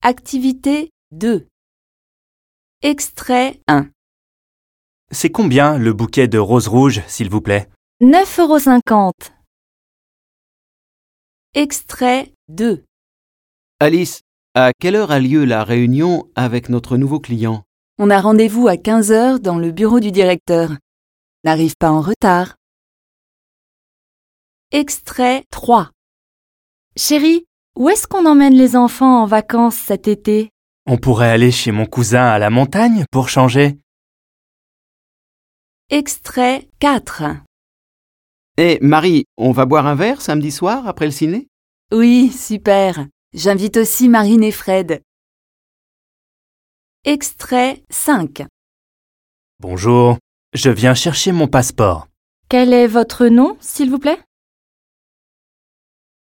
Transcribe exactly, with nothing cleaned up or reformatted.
Activité deux. Extrait un. C'est combien le bouquet de roses rouges, s'il vous plaît? neuf euros cinquante. Extrait deux. Alice, à quelle heure a lieu la réunion avec notre nouveau client? On a rendez-vous à quinze heures dans le bureau du directeur. N'arrive pas en retard. Extrait trois. Chérie, où est-ce qu'on emmène les enfants en vacances cet été? On pourrait aller chez mon cousin à la montagne pour changer. Extrait quatre. Eh, Marie, on va boire un verre samedi soir après le ciné? Oui, super. J'invite aussi Marine et Fred. Extrait cinq. Bonjour, je viens chercher mon passeport. Quel est votre nom, s'il vous plaît?